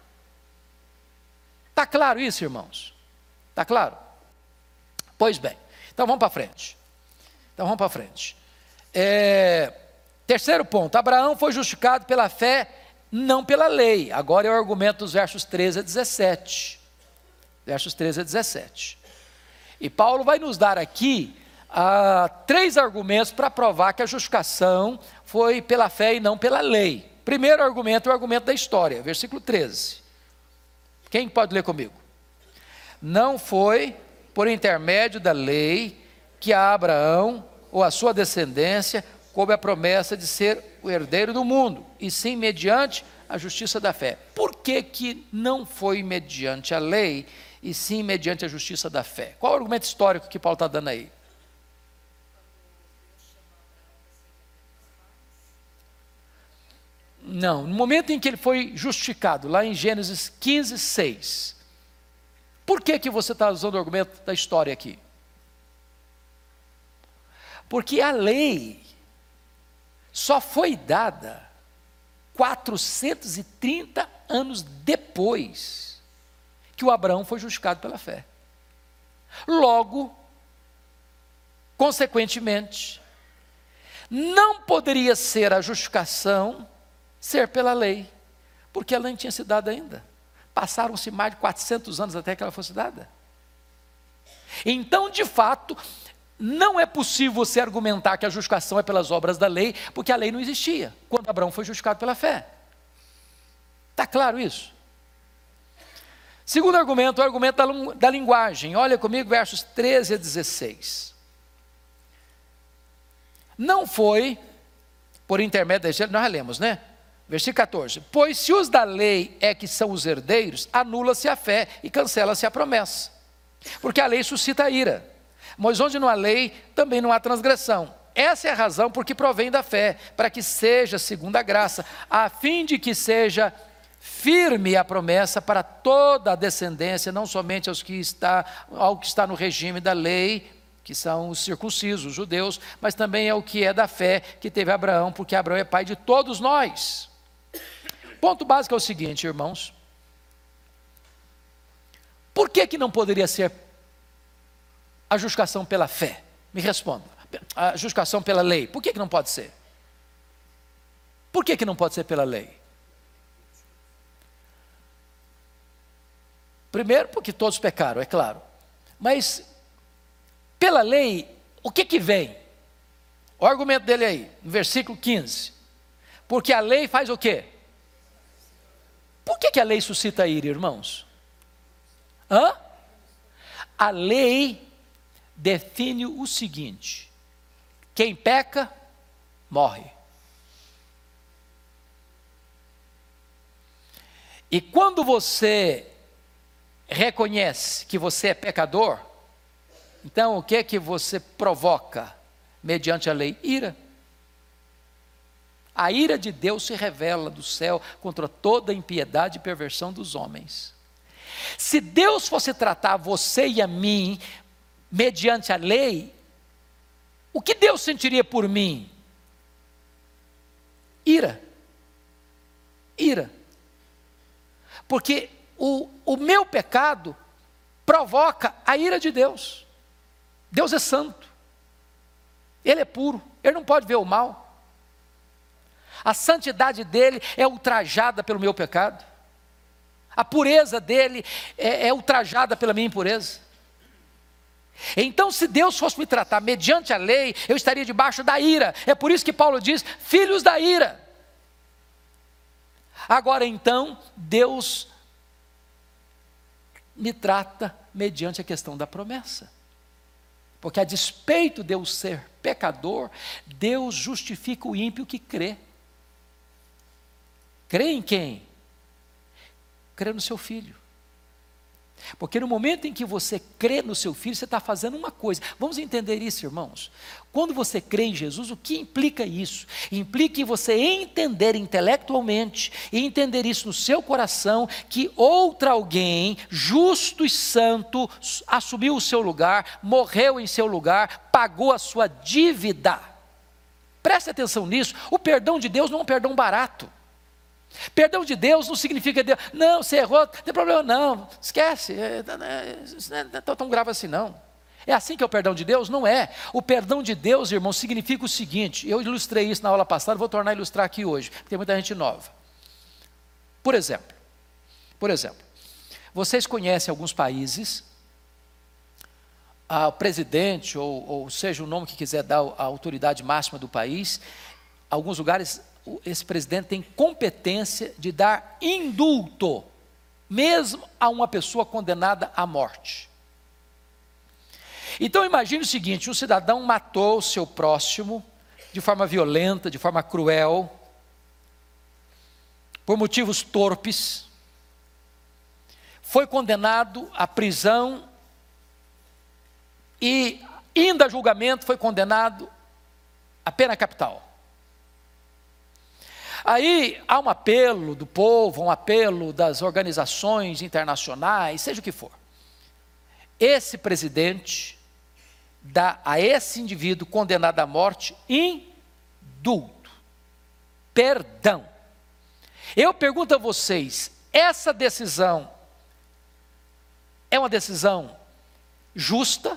Está claro isso, irmãos? Está claro? Pois bem, então vamos para frente. Então vamos para frente. É... Terceiro ponto, Abraão foi justificado pela fé, não pela lei. Agora é o argumento dos versos treze a dezessete. Versos treze a dezessete. E Paulo vai nos dar aqui ah, três argumentos para provar que a justificação foi pela fé e não pela lei. Primeiro argumento é o argumento da história, versículo treze. Quem pode ler comigo? Não foi por intermédio da lei que a Abraão ou a sua descendência coube a promessa de ser o herdeiro do mundo, e sim mediante a justiça da fé. Por que que não foi mediante a lei, e sim mediante a justiça da fé? Qual é o argumento histórico que Paulo está dando aí? Não, no momento em que ele foi justificado, lá em Gênesis quinze, seis. Por que que você está usando o argumento da história aqui? Porque a lei só foi dada quatrocentos e trinta anos depois que o Abraão foi justificado pela fé. Logo, consequentemente, não poderia ser a justificação ser pela lei, porque ela não tinha sido dada ainda. Passaram-se mais de quatrocentos anos até que ela fosse dada. Então, de fato, não é possível você argumentar que a justificação é pelas obras da lei, porque a lei não existia quando Abraão foi justificado pela fé. Está claro isso? Segundo argumento, o argumento da, da linguagem. Olha comigo, versos treze a dezesseis. Não foi por intermédio da lei, nós já lemos, né? Versículo quatorze. Pois se os da lei é que são os herdeiros, anula-se a fé e cancela-se a promessa. Porque a lei suscita ira. Mas onde não há lei, também não há transgressão. Essa é a razão por que provém da fé, para que seja segundo a graça, a fim de que seja firme a promessa para toda a descendência, não somente aos que está, ao que está no regime da lei, que são os circuncisos, os judeus, mas também ao que é da fé que teve Abraão, porque Abraão é pai de todos nós. Ponto básico é o seguinte, irmãos. Por que que não poderia ser a justificação pela fé? Me responda. A justificação pela lei. Por que que não pode ser? Por que que não pode ser pela lei? Primeiro, porque todos pecaram, é claro. Mas, pela lei, o que que vem? O argumento dele aí, no versículo quinze. Porque a lei faz o quê? Por que que a lei suscita ira, irmãos? Hã? A lei define o seguinte: quem peca, morre. E quando você reconhece que você é pecador, então o que é que você provoca mediante a lei? Ira. A ira de Deus se revela do céu contra toda a impiedade e perversão dos homens. Se Deus fosse tratar você e a mim mediante a lei, o que Deus sentiria por mim? Ira. ira. Porque o, o meu pecado provoca a ira de Deus. Deus é santo. Ele é puro. Ele não pode ver o mal. A santidade dele é ultrajada pelo meu pecado. A pureza dele é, é ultrajada pela minha impureza. Então, se Deus fosse me tratar mediante a lei, eu estaria debaixo da ira. É por isso que Paulo diz, filhos da ira. Agora então, Deus me trata mediante a questão da promessa. Porque a despeito de eu ser pecador, Deus justifica o ímpio que crê. Crê em quem? Crê no seu filho. Porque no momento em que você crê no seu filho, você está fazendo uma coisa. Vamos entender isso, irmãos. Quando você crê em Jesus, o que implica isso? Implica em você entender intelectualmente e entender isso no seu coração, que outra alguém, justo e santo, assumiu o seu lugar, morreu em seu lugar, pagou a sua dívida. Preste atenção nisso. O perdão de Deus não é um perdão barato. Perdão de Deus não significa Deus, não, você errou, não tem problema não, esquece, é, não é tão, tão grave assim não. É assim que é o perdão de Deus? Não é. O perdão de Deus, irmão, significa o seguinte, eu ilustrei isso na aula passada, vou tornar a ilustrar aqui hoje, porque tem muita gente nova. Por exemplo, por exemplo, vocês conhecem alguns países, ah, o presidente, ou, ou seja, o nome que quiser dar a autoridade máxima do país, alguns lugares, esse presidente tem competência de dar indulto, mesmo a uma pessoa condenada à morte. Então imagine o seguinte, um cidadão matou o seu próximo de forma violenta, de forma cruel, por motivos torpes, foi condenado à prisão e, indo a julgamento, foi condenado à pena capital. Aí há um apelo do povo, um apelo das organizações internacionais, seja o que for. Esse presidente dá a esse indivíduo condenado à morte indulto, perdão. Eu pergunto a vocês, essa decisão é uma decisão justa?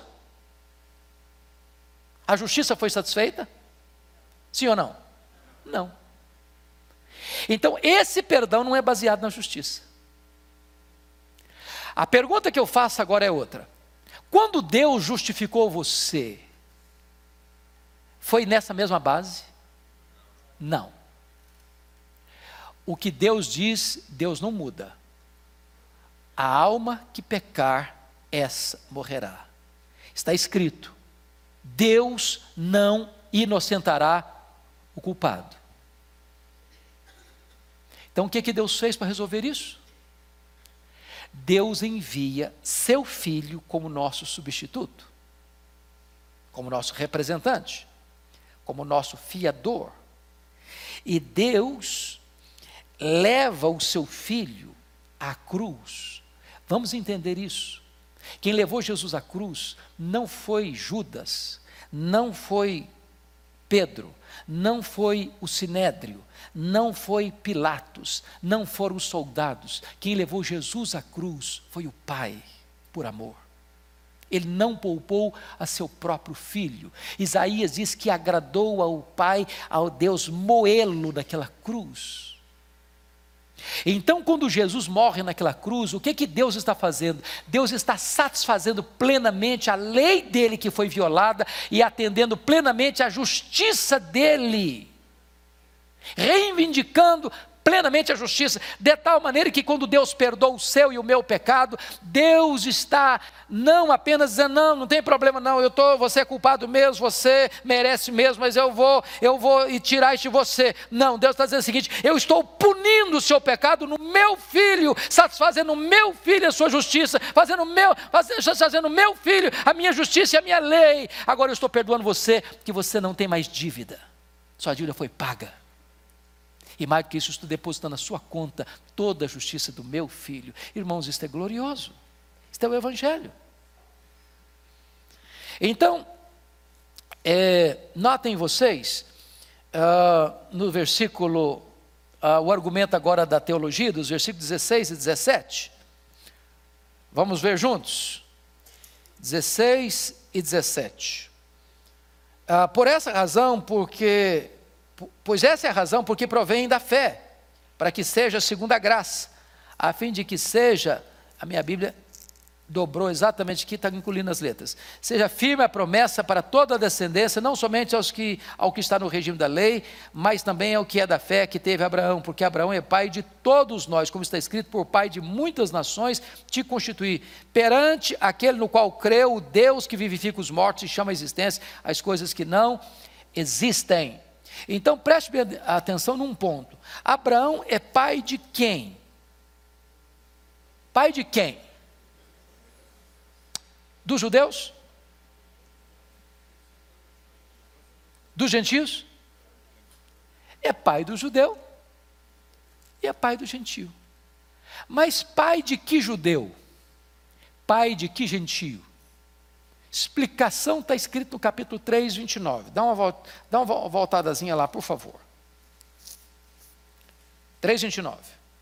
A justiça foi satisfeita? Sim ou não? Não. Então, esse perdão não é baseado na justiça. A pergunta que eu faço agora é outra. Quando Deus justificou você, foi nessa mesma base? Não. O que Deus diz, Deus não muda. A alma que pecar, essa morrerá. Está escrito, Deus não inocentará o culpado. Então o que, que Deus fez para resolver isso? Deus envia seu filho como nosso substituto, como nosso representante, como nosso fiador. E Deus leva o seu filho à cruz. Vamos entender isso. Quem levou Jesus à cruz não foi Judas, não foi Pedro, não foi o Sinédrio, não foi Pilatos, não foram os soldados. Quem levou Jesus à cruz foi o Pai, por amor. Ele não poupou a seu próprio filho. Isaías diz que agradou ao Pai, ao Deus, moê-lo naquela cruz. Então, quando Jesus morre naquela cruz, o que que Deus está fazendo? Deus está satisfazendo plenamente a lei dele que foi violada e atendendo plenamente a justiça dele, reivindicando plenamente a justiça, de tal maneira que quando Deus perdoa o seu e o meu pecado, Deus está não apenas dizendo, não, não tem problema não, eu tô, você é culpado mesmo, você merece mesmo, mas eu vou, eu vou e tirar isso de você. Não, Deus está dizendo o seguinte, eu estou punindo o seu pecado no meu filho, satisfazendo o meu filho a sua justiça, fazendo o meu, fazendo o meu filho a minha justiça e a minha lei. Agora eu estou perdoando você, que você não tem mais dívida, sua dívida foi paga. E mais do que isso, estou depositando na sua conta toda a justiça do meu filho. Irmãos, isto é glorioso. Isto é o Evangelho. Então, é, notem vocês, uh, no versículo uh, o argumento agora da teologia, dos versículos dezesseis e dezessete. Vamos ver juntos? dezesseis e dezessete. Uh, por essa razão, porque, pois essa é a razão porque provém da fé, para que seja segundo a graça, a fim de que seja, a minha Bíblia dobrou exatamente aqui, está incluindo as letras, seja firme a promessa para toda a descendência, não somente aos que, ao que está no regime da lei, mas também ao que é da fé que teve Abraão, porque Abraão é pai de todos nós, como está escrito, por pai de muitas nações te constituí, perante aquele no qual creu, o Deus que vivifica os mortos e chama à existência as coisas que não existem. Então preste atenção num ponto, Abraão é pai de quem? Pai de quem? Dos judeus? Dos gentios? É pai do judeu e é pai do gentio. Mas pai de que judeu? Pai de que gentio? Explicação está escrito no capítulo três, vinte e nove. Dá uma, volta, dá uma voltadazinha lá, por favor. três, vinte e nove.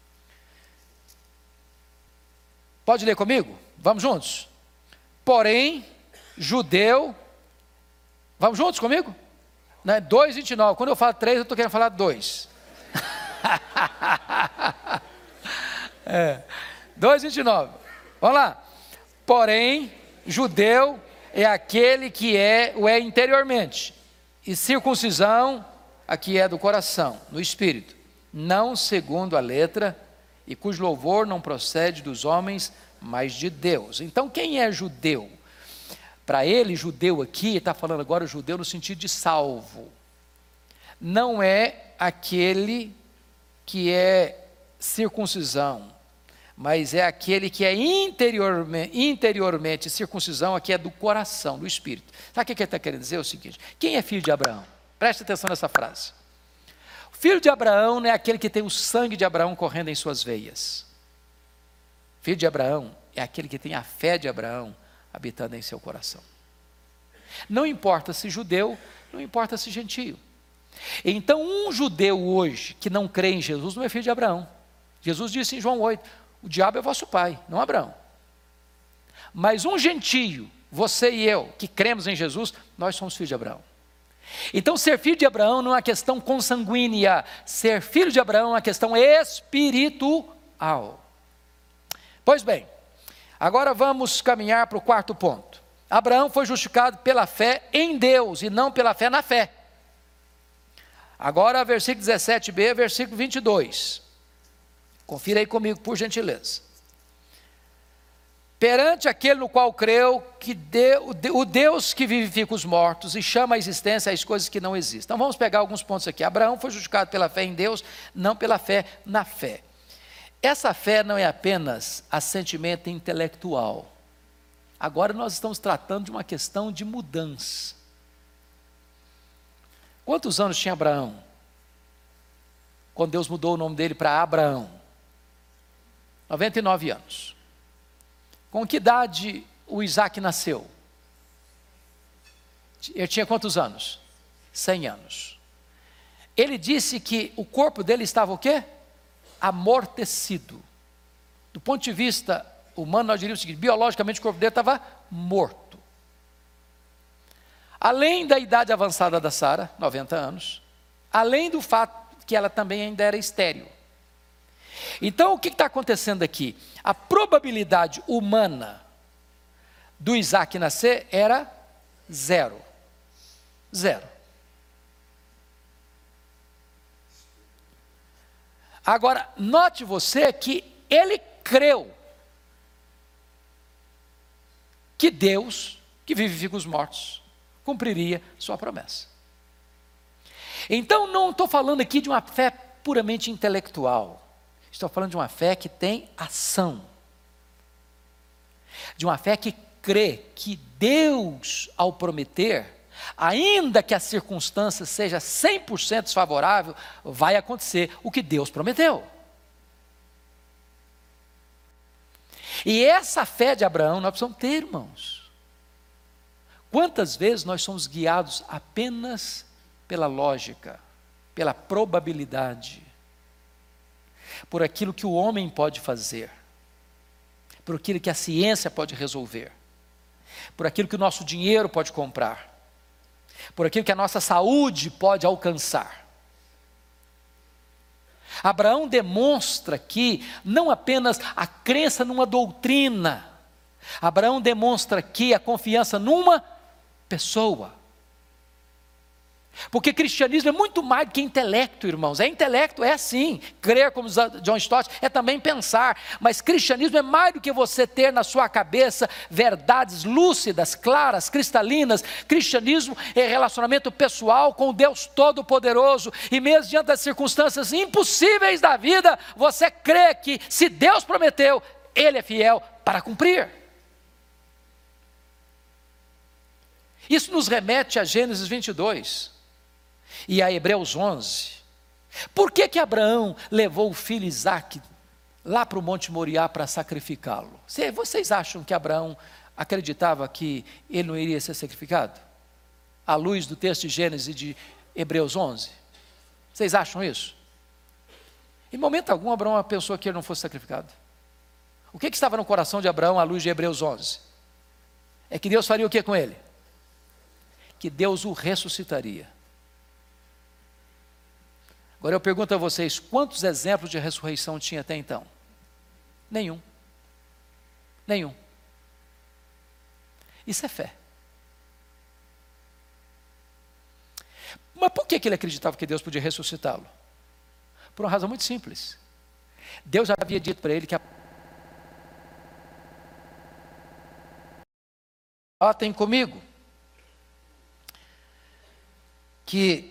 Pode ler comigo? Vamos juntos? Porém, judeu, vamos juntos comigo? Não é dois, vinte e nove, quando eu falo três, eu estou querendo falar dois. é, dois, vinte e nove, vamos lá. Porém, judeu é aquele que é, o é interiormente, e circuncisão, a que é do coração, no espírito, não segundo a letra, e cujo louvor não procede dos homens, mas de Deus. Então quem é judeu? Para ele, judeu aqui, está falando agora judeu no sentido de salvo. Não é aquele que é circuncisão, mas é aquele que é interiormente, interiormente circuncisão, aqui é do coração, do espírito. Sabe o que ele está querendo dizer? É o seguinte, quem é filho de Abraão? Preste atenção nessa frase. O filho de Abraão não é aquele que tem o sangue de Abraão correndo em suas veias. Filho de Abraão é aquele que tem a fé de Abraão habitando em seu coração. Não importa se judeu, não importa se gentio. Então um judeu hoje que não crê em Jesus não é filho de Abraão. Jesus disse em João oito, o diabo é vosso pai, não Abraão. Mas um gentio, você e eu, que cremos em Jesus, nós somos filhos de Abraão. Então ser filho de Abraão não é uma questão consanguínea, ser filho de Abraão é uma questão espiritual. Pois bem, agora vamos caminhar para o quarto ponto. Abraão foi justificado pela fé em Deus e não pela fé na fé. Agora versículo dezessete b, versículo vinte e dois. Confira aí comigo, por gentileza. Perante aquele no qual creu, que deu, o Deus que vivifica os mortos e chama à existência as coisas que não existem. Então vamos pegar alguns pontos aqui. Abraão foi justificado pela fé em Deus, não pela fé na fé. Essa fé não é apenas assentimento intelectual. Agora nós estamos tratando de uma questão de mudança. Quantos anos tinha Abraão? Quando Deus mudou o nome dele para Abraão? noventa e nove anos. Com que idade o Isaac nasceu? Ele tinha quantos anos? cem anos. Ele disse que o corpo dele estava o quê? Amortecido. Do ponto de vista humano, nós diríamos o seguinte, biologicamente o corpo dele estava morto. Além da idade avançada da Sara, noventa anos, além do fato que ela também ainda era estéril. Então o que está acontecendo aqui? A probabilidade humana do Isaac nascer era zero. Zero. Agora, note você que ele creu que Deus, que vivifica os mortos, cumpriria sua promessa. Então não estou falando aqui de uma fé puramente intelectual. Estou falando de uma fé que tem ação. De uma fé que crê que Deus, ao prometer, ainda que a circunstância seja cem por cento desfavorável, vai acontecer o que Deus prometeu. E essa fé de Abraão nós precisamos ter, irmãos. Quantas vezes nós somos guiados apenas pela lógica, pela probabilidade? por aquilo que o homem pode fazer, por aquilo que a ciência pode resolver, por aquilo que o nosso dinheiro pode comprar, por aquilo que a nossa saúde pode alcançar. Abraão demonstra aqui não apenas a crença numa doutrina, Abraão demonstra aqui a confiança numa pessoa. Porque cristianismo é muito mais do que intelecto, irmãos. É intelecto, é sim. Crer, como John Stott, é também pensar. Mas cristianismo é mais do que você ter na sua cabeça verdades lúcidas, claras, cristalinas. Cristianismo é relacionamento pessoal com o Deus Todo-Poderoso. E mesmo diante das circunstâncias impossíveis da vida, você crê que se Deus prometeu, Ele é fiel para cumprir. Isso nos remete a Gênesis vinte e dois. E a Hebreus onze. Por que que Abraão levou o filho Isaque lá para o Monte Moriá para sacrificá-lo? Vocês acham que Abraão acreditava que ele não iria ser sacrificado? À luz do texto de Gênesis e de Hebreus onze? Vocês acham isso? Em momento algum Abraão pensou que ele não fosse sacrificado. O que que estava no coração de Abraão à luz de Hebreus onze? É que Deus faria o que com ele? Que Deus o ressuscitaria. Agora eu pergunto a vocês, quantos exemplos de ressurreição tinha até então? Nenhum. Nenhum. Isso é fé. Mas por que que ele acreditava que Deus podia ressuscitá-lo? Por uma razão muito simples. Deus já havia dito para ele que a... Ah, tem comigo que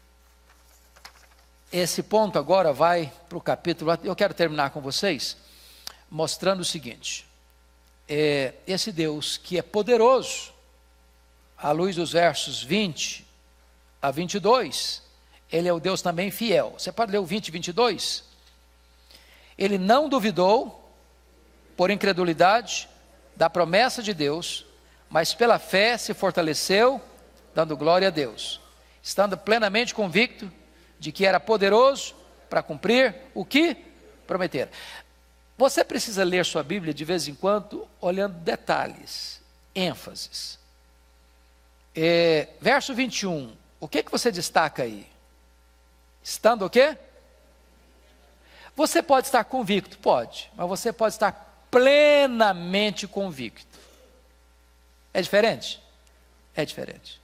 esse ponto agora vai para o capítulo, eu quero terminar com vocês, mostrando o seguinte, é, esse Deus que é poderoso, à luz dos versos vinte a vinte e dois, Ele é o Deus também fiel. Você pode ler o vinte e vinte e dois? Ele não duvidou, por incredulidade, da promessa de Deus, mas pela fé se fortaleceu, dando glória a Deus, estando plenamente convicto de que era poderoso para cumprir o que prometera. Você precisa ler sua Bíblia de vez em quando, olhando detalhes, ênfases. É, verso vinte e um, o que que você destaca aí? Estando o quê? Você pode estar convicto, pode, mas você pode estar plenamente convicto. É diferente? É diferente.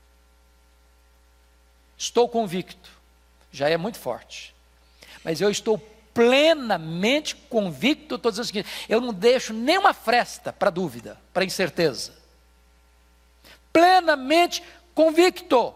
Estou convicto. Já é muito forte, mas eu estou plenamente convicto, estou dizendo o seguinte, eu não deixo nenhuma fresta para dúvida, para incerteza, plenamente convicto,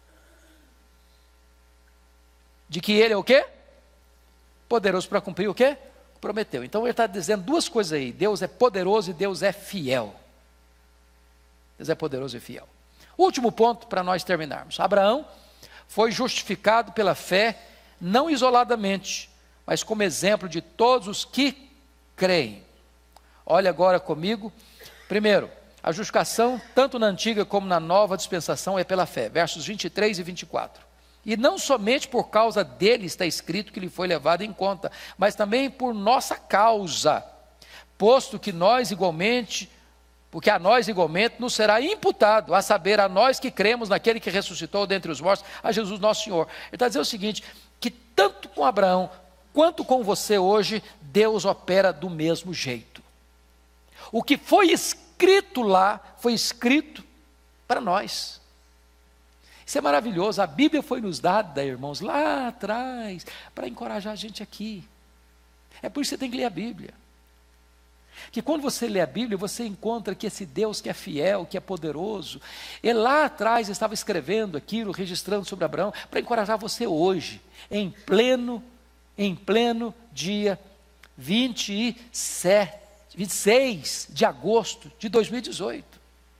de que Ele é o quê? Poderoso para cumprir o quê? Prometeu. Então ele está dizendo duas coisas aí, Deus é poderoso e Deus é fiel, Deus é poderoso e fiel. Último ponto para nós terminarmos, Abraão foi justificado pela fé, não isoladamente, mas como exemplo de todos os que creem. Olha agora comigo, primeiro, a justificação, tanto na antiga como na nova dispensação, é pela fé, versos vinte e três e vinte e quatro. E não somente por causa dele está escrito que ele foi levado em conta, mas também por nossa causa, posto que nós igualmente... porque a nós igualmente nos será imputado, a saber, a nós que cremos naquele que ressuscitou dentre os mortos, a Jesus nosso Senhor. Ele está dizendo o seguinte, que tanto com Abraão, quanto com você hoje, Deus opera do mesmo jeito. O que foi escrito lá, foi escrito para nós. Isso é maravilhoso, a Bíblia foi nos dada, irmãos, lá atrás, para encorajar a gente aqui. É por isso que você tem que ler a Bíblia. Que quando você lê a Bíblia, você encontra que esse Deus que é fiel, que é poderoso, ele lá atrás estava escrevendo aquilo, registrando sobre Abraão, para encorajar você hoje, em pleno, em pleno dia vinte e sete, vinte e seis de agosto de dois mil e dezoito.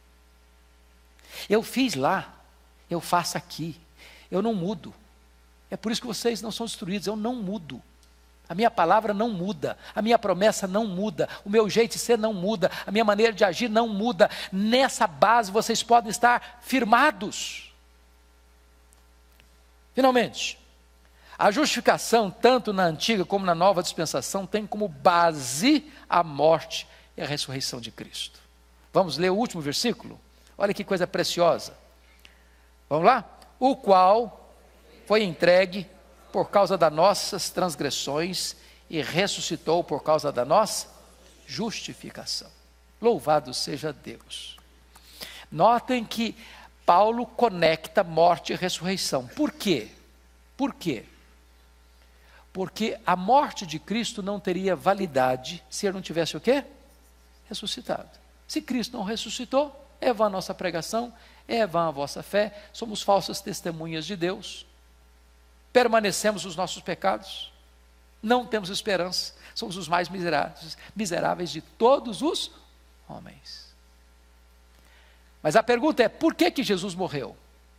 Eu fiz lá, eu faço aqui, eu não mudo. É por isso que vocês não são destruídos, eu não mudo. A minha palavra não muda, a minha promessa não muda, o meu jeito de ser não muda, a minha maneira de agir não muda. Nessa base vocês podem estar firmados. Finalmente, A justificação, tanto na antiga como na nova dispensação, tem como base a morte e a ressurreição de Cristo. Vamos ler o último versículo? Olha que coisa preciosa. Vamos lá? O qual foi entregue por causa das nossas transgressões e ressuscitou por causa da nossa justificação. Louvado seja Deus. Notem que Paulo conecta morte e ressurreição. Por quê? Por quê? Porque a morte de Cristo não teria validade se ele não tivesse o quê? Ressuscitado. Se Cristo não ressuscitou, é vã a nossa pregação, é vã a vossa fé, somos falsas testemunhas de Deus, permanecemos nos nossos pecados, não temos esperança, somos os mais miseráveis, miseráveis de todos os homens. Mas a pergunta é, por que que Jesus morreu?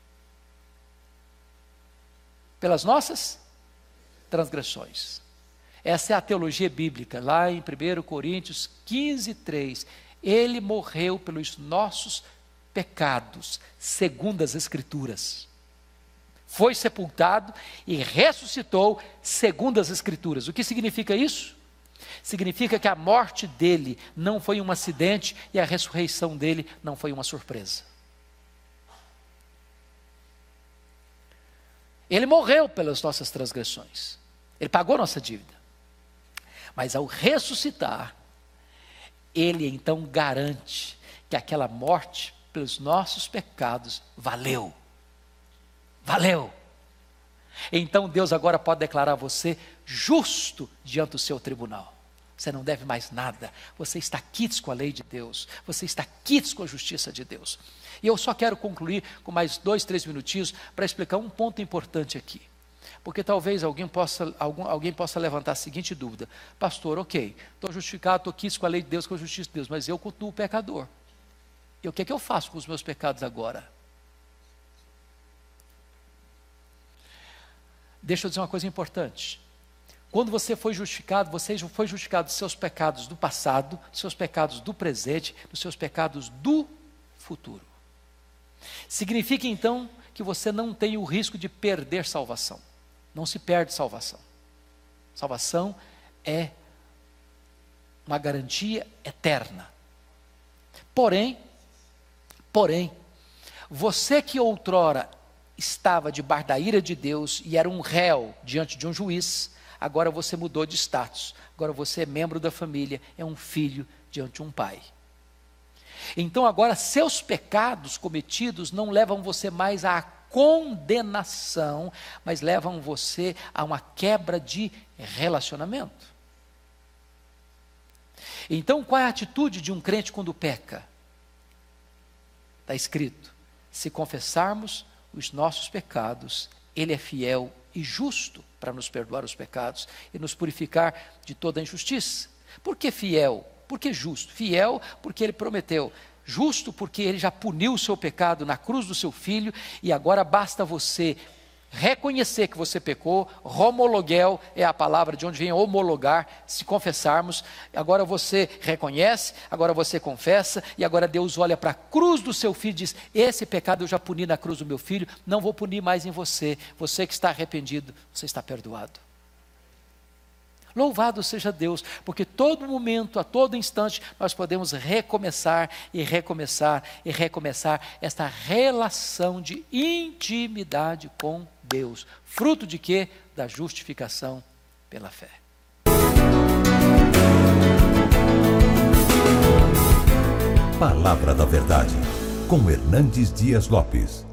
Pelas nossas transgressões. Essa é a teologia bíblica, lá em primeiro Coríntios quinze, três. Ele morreu pelos nossos pecados, segundo as Escrituras. Foi sepultado e ressuscitou, segundo as Escrituras. O que significa isso? Significa que a morte dele não foi um acidente e a ressurreição dele não foi uma surpresa. Ele morreu pelas nossas transgressões. Ele pagou nossa dívida. Mas ao ressuscitar, ele então garante que aquela morte pelos nossos pecados valeu. Valeu. Então Deus agora pode declarar você justo diante do seu tribunal. Você não deve mais nada. Você está quites com a lei de Deus. Você está quites com a justiça de Deus. E eu só quero concluir com mais dois, três minutinhos para explicar um ponto importante aqui. Porque talvez alguém possa, algum, alguém possa levantar a seguinte dúvida. Pastor, ok, estou justificado, estou quites com a lei de Deus, com a justiça de Deus, mas eu continuo pecador. E o que é que eu faço com os meus pecados agora? Deixa eu dizer uma coisa importante. Quando você foi justificado, você foi justificado dos seus pecados do passado, dos seus pecados do presente, dos seus pecados do futuro. Significa então que você não tem o risco de perder salvação. Não se perde salvação. Salvação é uma garantia eterna. Porém, porém, você que outrora estava debaixo da ira de Deus e era um réu diante de um juiz, agora você mudou de status. Agora você é membro da família, é um filho diante de um pai. Então agora seus pecados cometidos não levam você mais à condenação, mas levam você a uma quebra de relacionamento. Então qual é a atitude de um crente quando peca? Está escrito, se confessarmos os nossos pecados, Ele é fiel e justo para nos perdoar os pecados e nos purificar de toda a injustiça. Por que fiel? Por que justo? Fiel porque Ele prometeu. Justo porque Ele já puniu o seu pecado na cruz do seu Filho e agora basta você reconhecer que você pecou. Homologuel é a palavra de onde vem homologar, se confessarmos. Agora você reconhece, agora você confessa e agora Deus olha para a cruz do seu Filho e diz, esse pecado eu já puni na cruz do meu Filho, não vou punir mais em você. Você que está arrependido, você está perdoado. Louvado seja Deus, porque todo momento, a todo instante, nós podemos recomeçar e recomeçar e recomeçar esta relação de intimidade com Deus. Fruto de quê? Da justificação pela fé. Palavra da Verdade, com Hernandes Dias Lopes.